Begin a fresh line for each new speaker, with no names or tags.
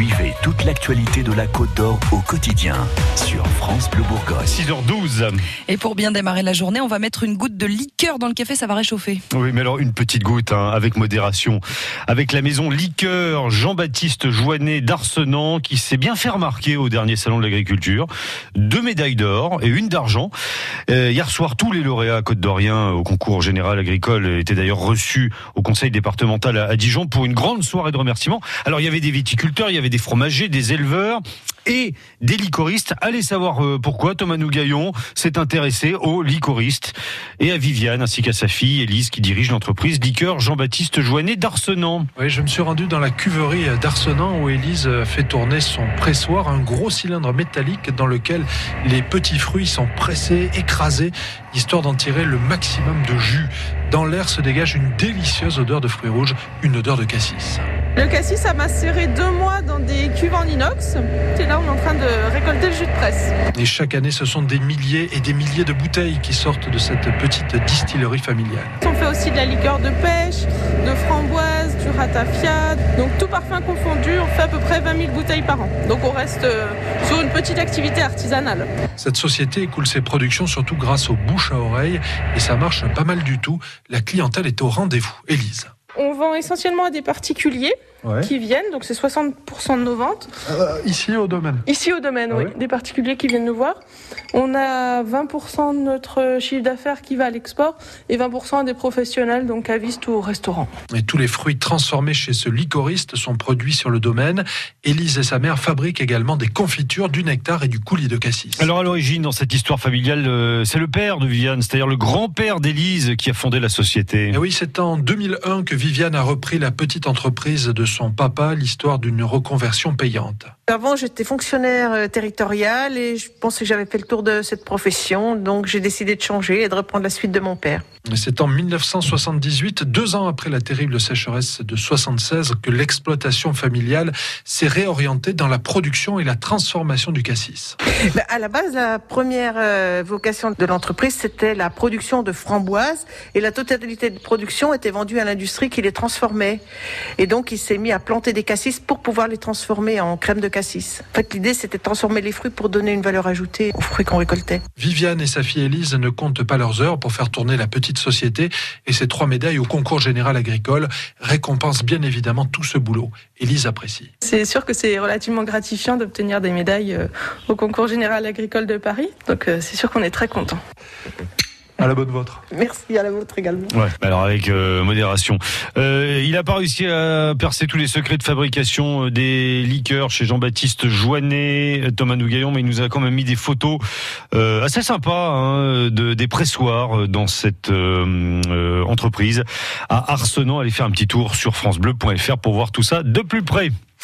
Suivez toute l'actualité de la Côte d'Or au quotidien sur France Bleu Bourgogne.
6h12.
Et pour bien démarrer la journée, on va mettre une goutte de liqueur dans le café, ça va réchauffer.
Oui, mais alors une petite goutte, avec modération. Avec la maison Liqueur Jean-Baptiste Joannet d'Arcenant, qui s'est bien fait remarquer au dernier salon de l'agriculture. 2 médailles d'or et 1 d'argent. Hier soir, tous les lauréats côte-d'oriens au concours général agricole étaient d'ailleurs reçus au conseil départemental à Dijon pour une grande soirée de remerciements. Alors il y avait des viticulteurs, il y avait des fromagers, des éleveurs et des liquoristes. Allez savoir pourquoi Thomas Nougaillon s'est intéressé aux liquoristes et à Viviane ainsi qu'à sa fille Élise qui dirige l'entreprise Liqueur Jean-Baptiste Joannet d'Arcenant.
Oui, je me suis rendu dans la cuverie d'Arcenant où Élise fait tourner son pressoir, un gros cylindre métallique dans lequel les petits fruits sont pressés, écrasés, histoire d'en tirer le maximum de jus. Dans l'air se dégage une délicieuse odeur de fruits rouges, une odeur de cassis.
Le cassis a macéré 2 mois dans des cuves en inox. Et là, on est en train de récolter le jus de presse.
Et chaque année, ce sont des milliers et des milliers de bouteilles qui sortent de cette petite distillerie familiale.
On fait aussi de la liqueur de pêche, de framboise, du ratafia. Donc tout parfum confondu, on fait à peu près 20 000 bouteilles par an. Donc on reste sur une petite activité artisanale.
Cette société écoule ses productions surtout grâce aux bouche à oreille et ça marche pas mal du tout. La clientèle est au rendez-vous. Élise.
On vend essentiellement à des particuliers qui viennent, donc c'est 60% de nos ventes.
Ici au domaine.
Ici au domaine, oui. Des particuliers qui viennent nous voir. On a 20% de notre chiffre d'affaires qui va à l'export et 20% à des professionnels, donc cavistes ou au restaurant.
Et tous les fruits transformés chez ce liquoriste sont produits sur le domaine. Élise et sa mère fabriquent également des confitures, du nectar et du coulis de cassis.
Alors à l'origine, dans cette histoire familiale, c'est le père de Viviane, c'est-à-dire le grand-père d'Élise qui a fondé la société.
Et oui, c'est en 2001 que Viviane a repris la petite entreprise de son papa, l'histoire d'une reconversion payante.
Avant, j'étais fonctionnaire territorial et je pensais que j'avais fait le tour de cette profession, donc j'ai décidé de changer et de reprendre la suite de mon père.
C'est en 1978, 2 ans après la terrible sécheresse de 76, que l'exploitation familiale s'est réorientée dans la production et la transformation du cassis.
À la base, la première vocation de l'entreprise, c'était la production de framboises et la totalité de production était vendue à l'industrie qui les transformait. Et donc, il s'est mis à planter des cassis pour pouvoir les transformer en crème de cassis. En fait, l'idée, c'était de transformer les fruits pour donner une valeur ajoutée aux fruits qu'on récoltait.
Viviane et sa fille Élise ne comptent pas leurs heures pour faire tourner la petite société et ces 3 médailles au concours général agricole récompensent bien évidemment tout ce boulot. Élise apprécie.
C'est sûr que c'est relativement gratifiant d'obtenir des médailles au concours général agricole de Paris. Donc c'est sûr qu'on est très contents.
À la bonne vôtre.
Merci, à la vôtre également.
Ouais, alors avec modération. Il n'a pas réussi à percer tous les secrets de fabrication des liqueurs chez Jean-Baptiste Joannet, Thomas Nougaillon, mais il nous a quand même mis des photos assez sympas des pressoirs dans cette entreprise à Arcenant. Allez faire un petit tour sur francebleu.fr pour voir tout ça de plus près.